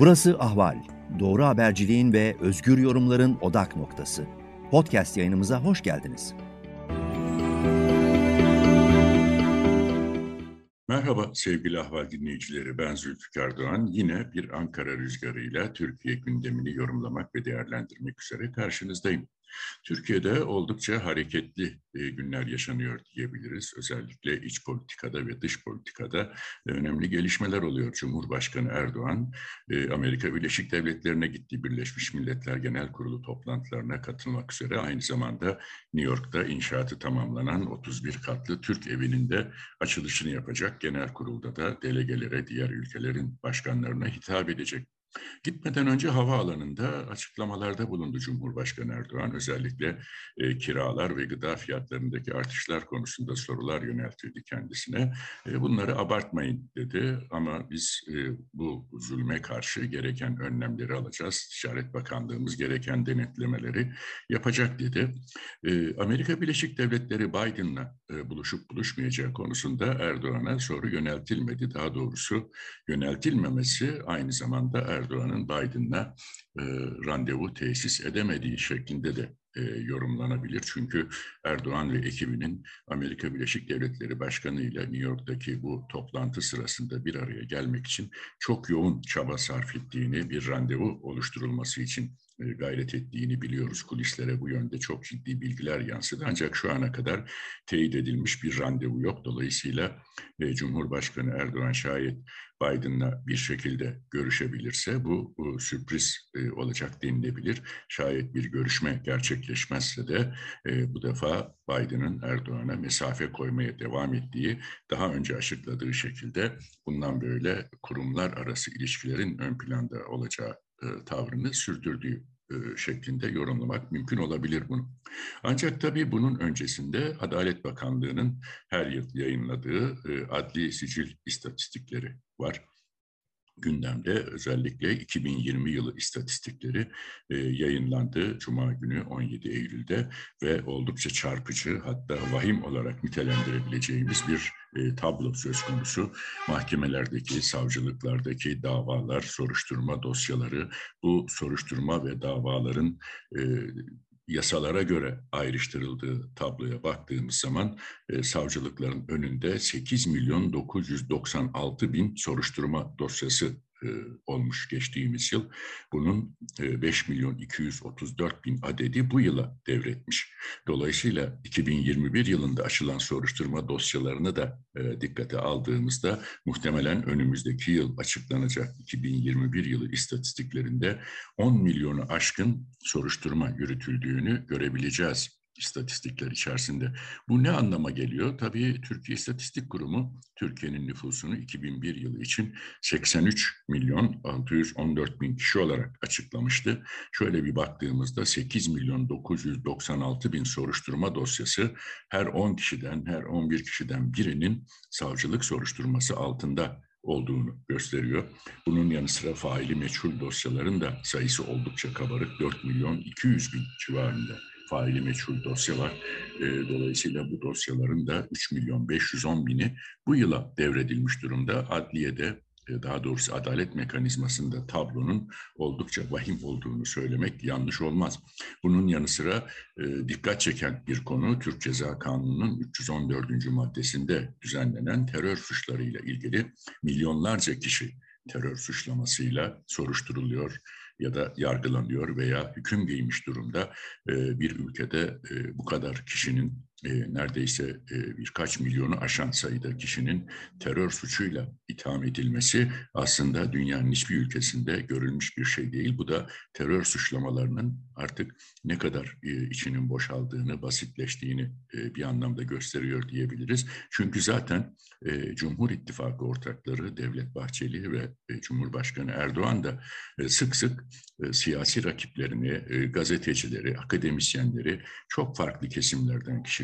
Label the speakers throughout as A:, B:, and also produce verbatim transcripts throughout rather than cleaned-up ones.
A: Burası Ahval. Doğru haberciliğin ve özgür yorumların odak noktası. Podcast yayınımıza hoş geldiniz.
B: Merhaba sevgili Ahval dinleyicileri, ben Zülfikar Doğan. Yine bir Ankara rüzgarıyla Türkiye gündemini yorumlamak ve değerlendirmek üzere karşınızdayım. Türkiye'de oldukça hareketli günler yaşanıyor diyebiliriz. Özellikle iç politikada ve dış politikada önemli gelişmeler oluyor. Cumhurbaşkanı Erdoğan, Amerika Birleşik Devletleri'ne gitti. Birleşmiş Milletler Genel Kurulu toplantılarına katılmak üzere. Aynı zamanda New York'ta inşaatı tamamlanan otuz bir katlı Türk evinin de açılışını yapacak. Genel kurulda da delegelere, diğer ülkelerin başkanlarına hitap edecek. Gitmeden önce havaalanında açıklamalarda bulundu Cumhurbaşkanı Erdoğan. Özellikle e, kiralar ve gıda fiyatlarındaki artışlar konusunda sorular yöneltildi kendisine. E, bunları abartmayın dedi ama biz e, bu zulme karşı gereken önlemleri alacağız. Ticaret Bakanlığımız gereken denetlemeleri yapacak dedi. E, Amerika Birleşik Devletleri Biden'la e, buluşup buluşmayacağı konusunda Erdoğan'a soru yöneltilmedi. Daha doğrusu yöneltilmemesi aynı zamanda Erdoğan'ın Biden'la e, randevu tesis edemediği şeklinde de e, yorumlanabilir. Çünkü Erdoğan ve ekibinin Amerika Birleşik Devletleri Başkanı ile New York'taki bu toplantı sırasında bir araya gelmek için çok yoğun çaba sarf ettiğini, bir randevu oluşturulması için gayret ettiğini biliyoruz. Kulislere bu yönde çok ciddi bilgiler yansıdı. Ancak şu ana kadar teyit edilmiş bir randevu yok. Dolayısıyla e, Cumhurbaşkanı Erdoğan şayet Biden'la bir şekilde görüşebilirse bu, bu sürpriz e, olacak denilebilir. Şayet bir görüşme gerçekleşmezse de e, bu defa Biden'ın Erdoğan'a mesafe koymaya devam ettiği, daha önce açıkladığı şekilde bundan böyle kurumlar arası ilişkilerin ön planda olacağı e, tavrını sürdürdüğü e, şeklinde yorumlamak mümkün olabilir bunu. Ancak tabii bunun öncesinde Adalet Bakanlığı'nın her yıl yayınladığı e, adli sicil istatistikleri var. Gündemde özellikle iki bin yirmi yılı istatistikleri e, yayınlandı Cuma günü on yedi Eylül'de ve oldukça çarpıcı, hatta vahim olarak nitelendirebileceğimiz bir e, tablo söz konusu. Mahkemelerdeki, savcılıklardaki davalar, soruşturma dosyaları, bu soruşturma ve davaların e, yasalara göre ayrıştırıldığı tabloya baktığımız zaman e, savcılıkların önünde sekiz milyon dokuz yüz doksan altı bin soruşturma dosyası e, olmuş geçtiğimiz yıl. Bunun e, beş milyon iki yüz otuz dört bin adedi bu yıla devretmiş. Dolayısıyla iki bin yirmi bir yılında açılan soruşturma dosyalarını da e, dikkate aldığımızda muhtemelen önümüzdeki yıl açıklanacak iki bin yirmi bir yılı istatistiklerinde on milyonu aşkın soruşturma yürütüldüğünü görebileceğiz istatistikler içerisinde. Bu ne anlama geliyor? Tabii Türkiye İstatistik Kurumu Türkiye'nin nüfusunu iki bin bir yılı için seksen üç milyon altı yüz on dört bin kişi olarak açıklamıştı. Şöyle bir baktığımızda sekiz milyon dokuz yüz doksan altı bin soruşturma dosyası, her on kişiden, her on bir kişiden birinin savcılık soruşturması altında olduğunu gösteriyor. Bunun yanı sıra faili meçhul dosyaların da sayısı oldukça kabarık, dört milyon iki yüz bin civarında faili meçhul dosya var. E, dolayısıyla bu dosyaların da üç milyon beş yüz on bini bu yıla devredilmiş durumda. Adliyede, daha doğrusu adalet mekanizmasında tablonun oldukça vahim olduğunu söylemek yanlış olmaz. Bunun yanı sıra e, dikkat çeken bir konu, Türk Ceza Kanunu'nun üç yüz on dördüncü maddesinde düzenlenen terör suçlarıyla ilgili milyonlarca kişi terör suçlamasıyla soruşturuluyor ya da yargılanıyor veya hüküm giymiş durumda. E, bir ülkede e, bu kadar kişinin, e, neredeyse e, birkaç milyonu aşan sayıda kişinin terör suçuyla itham edilmesi aslında dünyanın hiçbir ülkesinde görülmüş bir şey değil. Bu da terör suçlamalarının artık ne kadar e, içinin boşaldığını, basitleştiğini e, bir anlamda gösteriyor diyebiliriz. Çünkü zaten e, Cumhur İttifakı ortakları Devlet Bahçeli ve e, Cumhurbaşkanı Erdoğan da e, sık sık e, siyasi rakiplerini, e, gazetecileri, akademisyenleri, çok farklı kesimlerden kişileri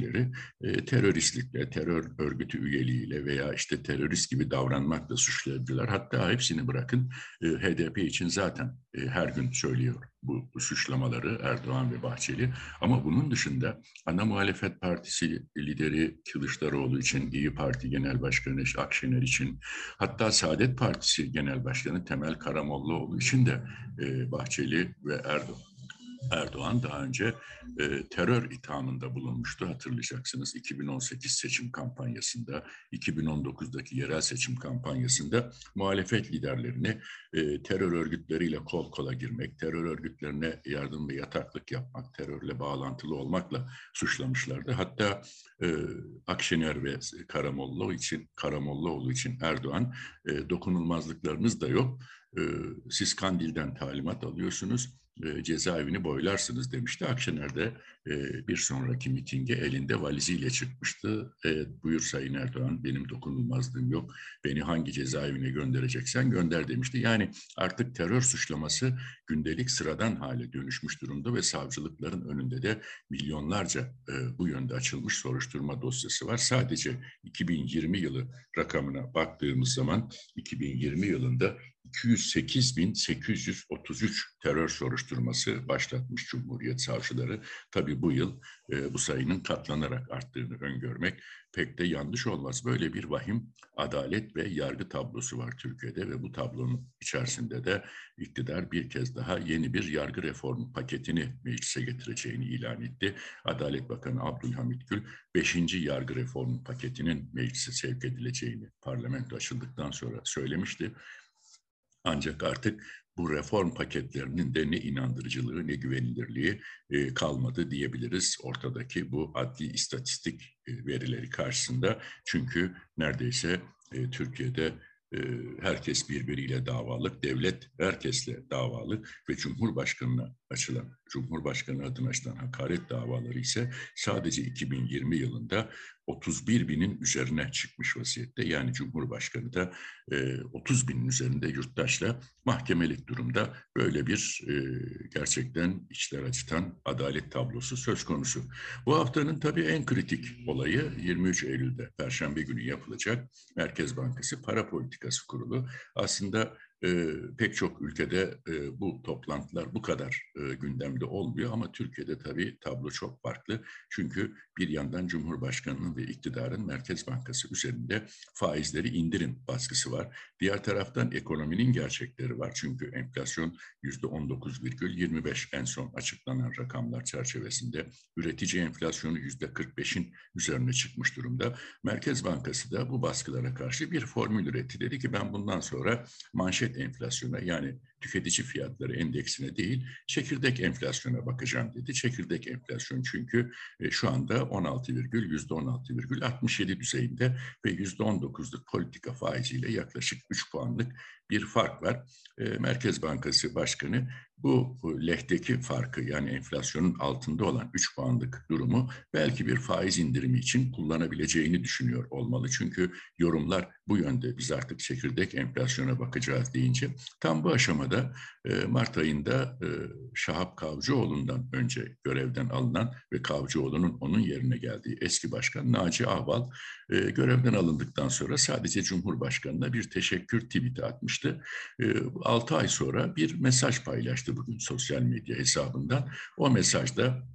B: kişileri e, teröristlikle, terör örgütü üyeliğiyle veya işte terörist gibi davranmakla suçlayabilirler. Hatta hepsini bırakın, e, H D P için zaten e, her gün söylüyor bu, bu suçlamaları Erdoğan ve Bahçeli. Ama bunun dışında ana muhalefet partisi lideri Kılıçdaroğlu için, İyi Parti Genel Başkanı Akşener için, hatta Saadet Partisi Genel Başkanı Temel Karamollaoğlu için de e, Bahçeli ve Erdoğan Erdoğan daha önce e, terör ithamında bulunmuştu, hatırlayacaksınız. iki bin on sekiz seçim kampanyasında, iki bin on dokuzdaki yerel seçim kampanyasında muhalefet liderlerini e, terör örgütleriyle kol kola girmek, terör örgütlerine yardım ve yataklık yapmak, terörle bağlantılı olmakla suçlamışlardı. Hatta e, Akşener ve Karamollaoğlu için, Karamollaoğlu için Erdoğan e, dokunulmazlıklarınız da yok. E, siz Kandil'den talimat alıyorsunuz, e, cezaevini boylarsınız demişti. Akşener de e, bir sonraki mitinge elinde valiziyle çıkmıştı. Evet, buyur Sayın Erdoğan, benim dokunulmazlığım yok. Beni hangi cezaevine göndereceksen gönder demişti. Yani artık terör suçlaması gündelik sıradan hale dönüşmüş durumda ve savcılıkların önünde de milyonlarca e, bu yönde açılmış soruşturma dosyası var. Sadece iki bin yirmi yılı rakamına baktığımız zaman iki bin yirmi yılında iki yüz sekiz bin sekiz yüz otuz üç terör soruşturması başlatmış Cumhuriyet savcıları. Tabii bu yıl e, bu sayının katlanarak arttığını öngörmek pek de yanlış olmaz. Böyle bir vahim adalet ve yargı tablosu var Türkiye'de ve bu tablonun içerisinde de iktidar bir kez daha yeni bir yargı reformu paketini meclise getireceğini ilan etti. Adalet Bakanı Abdülhamit Gül, beşinci yargı reformu paketinin meclise sevk edileceğini parlamento açıldıktan sonra söylemişti. Ancak artık bu reform paketlerinin de ne inandırıcılığı ne güvenilirliği e, kalmadı diyebiliriz ortadaki bu adli istatistik e, verileri karşısında. Çünkü neredeyse e, Türkiye'de e, herkes birbiriyle davalık, devlet herkesle davalık ve Cumhurbaşkanı'na açılan, Cumhurbaşkanı adına açılan hakaret davaları ise sadece iki bin yirmi yılında otuz bir binin üzerine çıkmış vaziyette. Yani Cumhurbaşkanı da e, otuz binin üzerinde yurttaşla mahkemelik durumda. Böyle bir e, gerçekten içler acıtan adalet tablosu söz konusu. Bu haftanın tabii en kritik olayı yirmi üç Eylül'de Perşembe günü yapılacak Merkez Bankası Para Politikası Kurulu. Aslında e, pek çok ülkede e, bu toplantılar bu kadar e, gündemde olmuyor ama Türkiye'de tabii tablo çok farklı. Çünkü bir yandan Cumhurbaşkanı'nın ve iktidarın Merkez Bankası üzerinde faizleri indirin baskısı var. Diğer taraftan ekonominin gerçekleri var. Çünkü enflasyon yüzde on dokuz virgül yirmi beş en son açıklanan rakamlar çerçevesinde. Üretici enflasyonu yüzde kırk beşin üzerine çıkmış durumda. Merkez Bankası da bu baskılara karşı bir formül üretti. Dedi ki ben bundan sonra manşet enflasyona, yani tüketici fiyatları endeksine değil çekirdek enflasyona bakacağım dedi. Çekirdek enflasyon çünkü e, şu anda on altı virgül yüzde on altı virgül altmış yedi düzeyinde ve yüzde on dokuzluk politika faiziyle yaklaşık üç puanlık bir fark var. E, Merkez Bankası Başkanı bu lehdeki farkı, yani enflasyonun altında olan üç puanlık durumu belki bir faiz indirimi için kullanabileceğini düşünüyor olmalı. Çünkü yorumlar bu yönde, biz artık çekirdek enflasyona bakacağız deyince tam bu aşamada e, Mart ayında e, Şahap Kavcıoğlu'ndan önce görevden alınan ve Kavcıoğlu'nun onun yerine geldiği eski başkan Naci Ağbal e, görevden alındıktan sonra sadece Cumhurbaşkanı'na bir teşekkür tweet'i atmıştı. E, altı ay sonra bir mesaj paylaştı bugün sosyal medya hesabından. O mesajda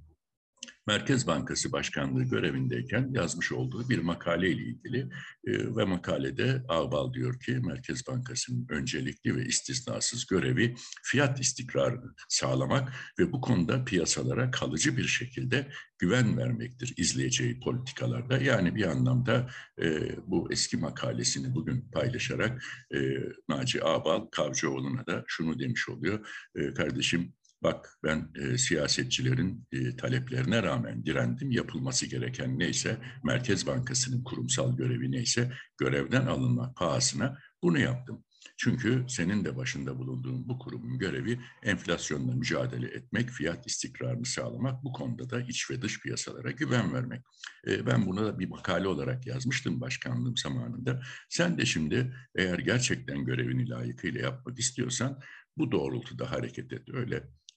B: Merkez Bankası Başkanlığı görevindeyken yazmış olduğu bir makaleyle ilgili e, ve makalede Ağbal diyor ki Merkez Bankası'nın öncelikli ve istisnasız görevi fiyat istikrarını sağlamak ve bu konuda piyasalara kalıcı bir şekilde güven vermektir izleyeceği politikalarda. Yani bir anlamda e, bu eski makalesini bugün paylaşarak e, Naci Ağbal Kavcıoğlu'na da şunu demiş oluyor: e, kardeşim, bak ben e, siyasetçilerin e, taleplerine rağmen direndim. Yapılması gereken neyse, Merkez Bankası'nın kurumsal görevi neyse, görevden alınmak pahasına bunu yaptım. Çünkü senin de başında bulunduğun bu kurumun görevi enflasyonla mücadele etmek, fiyat istikrarını sağlamak, bu konuda da iç ve dış piyasalara güven vermek. E, ben bunu da bir makale olarak yazmıştım başkanlığım zamanında. Sen de şimdi eğer gerçekten görevini layıkıyla yapmak istiyorsan bu doğrultuda hareket et. Öyle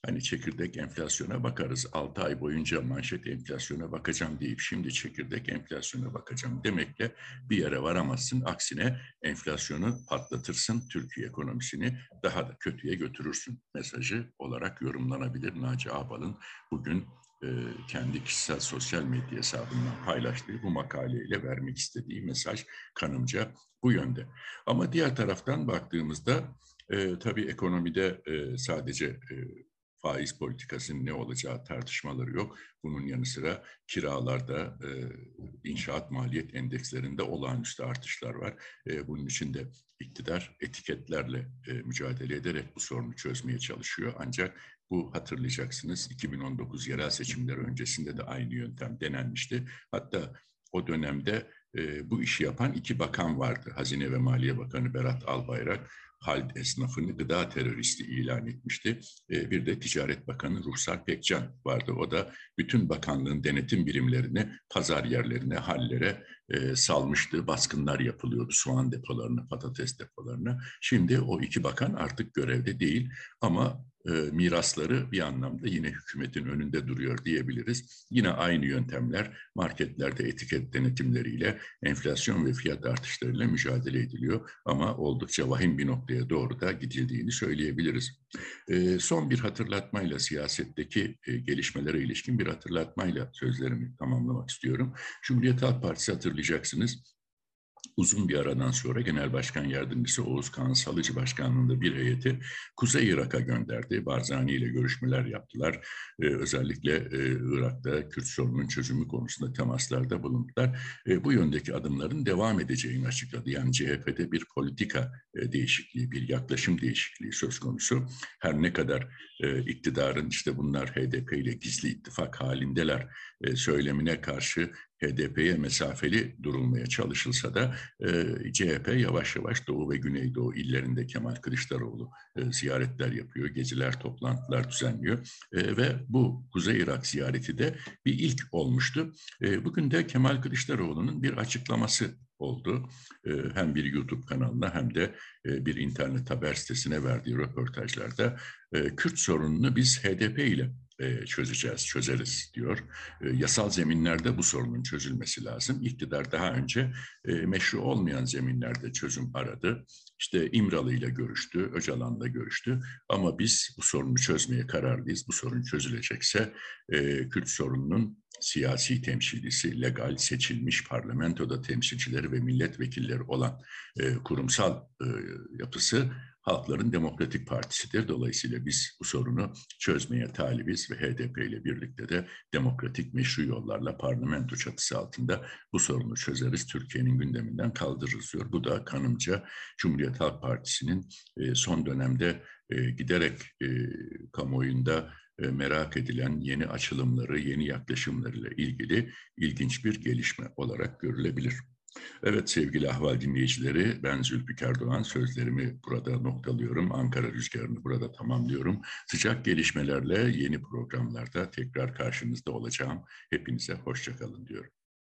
B: Hani çekirdek enflasyona bakarız. altı ay boyunca manşet enflasyona bakacağım deyip şimdi çekirdek enflasyona bakacağım demekle bir yere varamazsın. Aksine enflasyonu patlatırsın, Türkiye ekonomisini daha da kötüye götürürsün mesajı olarak yorumlanabilir. Naci Ağbal'ın bugün e, kendi kişisel sosyal medya hesabından paylaştığı bu makaleyle vermek istediği mesaj kanımca bu yönde. Ama diğer taraftan baktığımızda e, tabii ekonomide e, sadece e, faiz politikasının ne olacağı tartışmaları yok. Bunun yanı sıra kiralarda, e, inşaat maliyet endekslerinde olağanüstü artışlar var. E, bunun için de iktidar etiketlerle e, mücadele ederek bu sorunu çözmeye çalışıyor. Ancak bu hatırlayacaksınız iki bin on dokuz yerel seçimleri öncesinde de aynı yöntem denenmişti. Hatta o dönemde e, bu işi yapan iki bakan vardı. Hazine ve Maliye Bakanı Berat Albayrak, halk esnafını gıda teröristi ilan etmişti. Bir de Ticaret Bakanı Ruhsar Pekcan vardı. O da bütün bakanlığın denetim birimlerini pazar yerlerine, hallere e, salmıştı. Baskınlar yapılıyordu soğan depolarına, patates depolarına. Şimdi o iki bakan artık görevde değil ama e, mirasları bir anlamda yine hükümetin önünde duruyor diyebiliriz. Yine aynı yöntemler marketlerde etiket denetimleriyle, enflasyon ve fiyat artışlarıyla mücadele ediliyor. Ama oldukça vahim bir noktaya doğru da gidildiğini söyleyebiliriz. E, son bir hatırlatmayla, siyasetteki e, gelişmelere ilişkin bir hatırlatmayla sözlerimi tamamlamak istiyorum. Cumhuriyet Halk Partisi, hatırlayacaksınız, uzun bir aradan sonra Genel Başkan Yardımcısı Oğuz Kağan Salıcı Başkanlığı'nda bir heyeti Kuzey Irak'a gönderdi. Barzani ile görüşmeler yaptılar. Ee, özellikle e, Irak'ta Kürt sorununun çözümü konusunda temaslarda bulundular. E, bu yöndeki adımların devam edeceğini açıkladı. Yani C H P'de bir politika e, değişikliği, bir yaklaşım değişikliği söz konusu. Her ne kadar e, iktidarın işte bunlar H D P ile gizli ittifak halindeler e, söylemine karşı H D P'ye mesafeli durulmaya çalışılsa da e, C H P yavaş yavaş Doğu ve Güneydoğu illerinde Kemal Kılıçdaroğlu e, ziyaretler yapıyor, geceler toplantılar düzenliyor e, ve bu Kuzey Irak ziyareti de bir ilk olmuştu. E, bugün de Kemal Kılıçdaroğlu'nun bir açıklaması oldu. E, hem bir YouTube kanalına hem de e, bir internet haber sitesine verdiği röportajlarda e, Kürt sorununu biz H D P ile çözeceğiz, çözeriz diyor. Yasal zeminlerde bu sorunun çözülmesi lazım. İktidar daha önce meşru olmayan zeminlerde çözüm aradı. İşte İmralı ile görüştü, Öcalan'la görüştü. Ama biz bu sorunu çözmeye kararlıyız. Bu sorun çözülecekse Kürt sorununun siyasi temsilcisi, legal seçilmiş parlamentoda temsilcileri ve milletvekilleri olan kurumsal yapısı Halkların Demokratik Partisi'dir. Dolayısıyla biz bu sorunu çözmeye talibiz ve H D P ile birlikte de demokratik meşru yollarla parlamento çatısı altında bu sorunu çözeriz, Türkiye'nin gündeminden kaldırırız diyor. Bu da kanımca Cumhuriyet Halk Partisi'nin son dönemde giderek kamuoyunda merak edilen yeni açılımları, yeni yaklaşımlarıyla ilgili ilginç bir gelişme olarak görülebilir. Evet sevgili Ahval dinleyicileri, ben Zülfikar Doğan, sözlerimi burada noktalıyorum. Ankara Rüzgarı'nı burada tamamlıyorum. Sıcak gelişmelerle yeni programlarda tekrar karşınızda olacağım. Hepinize hoşça kalın diyorum.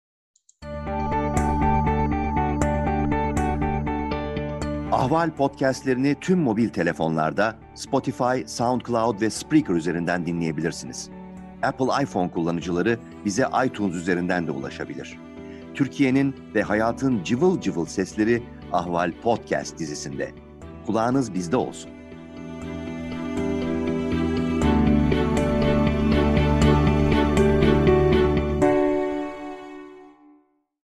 A: Ahval podcastlerini tüm mobil telefonlarda Spotify, SoundCloud ve Spreaker üzerinden dinleyebilirsiniz. Apple iPhone kullanıcıları bize iTunes üzerinden de ulaşabilir. Türkiye'nin ve hayatın cıvıl cıvıl sesleri Ahval Podcast dizisinde. Kulağınız bizde olsun.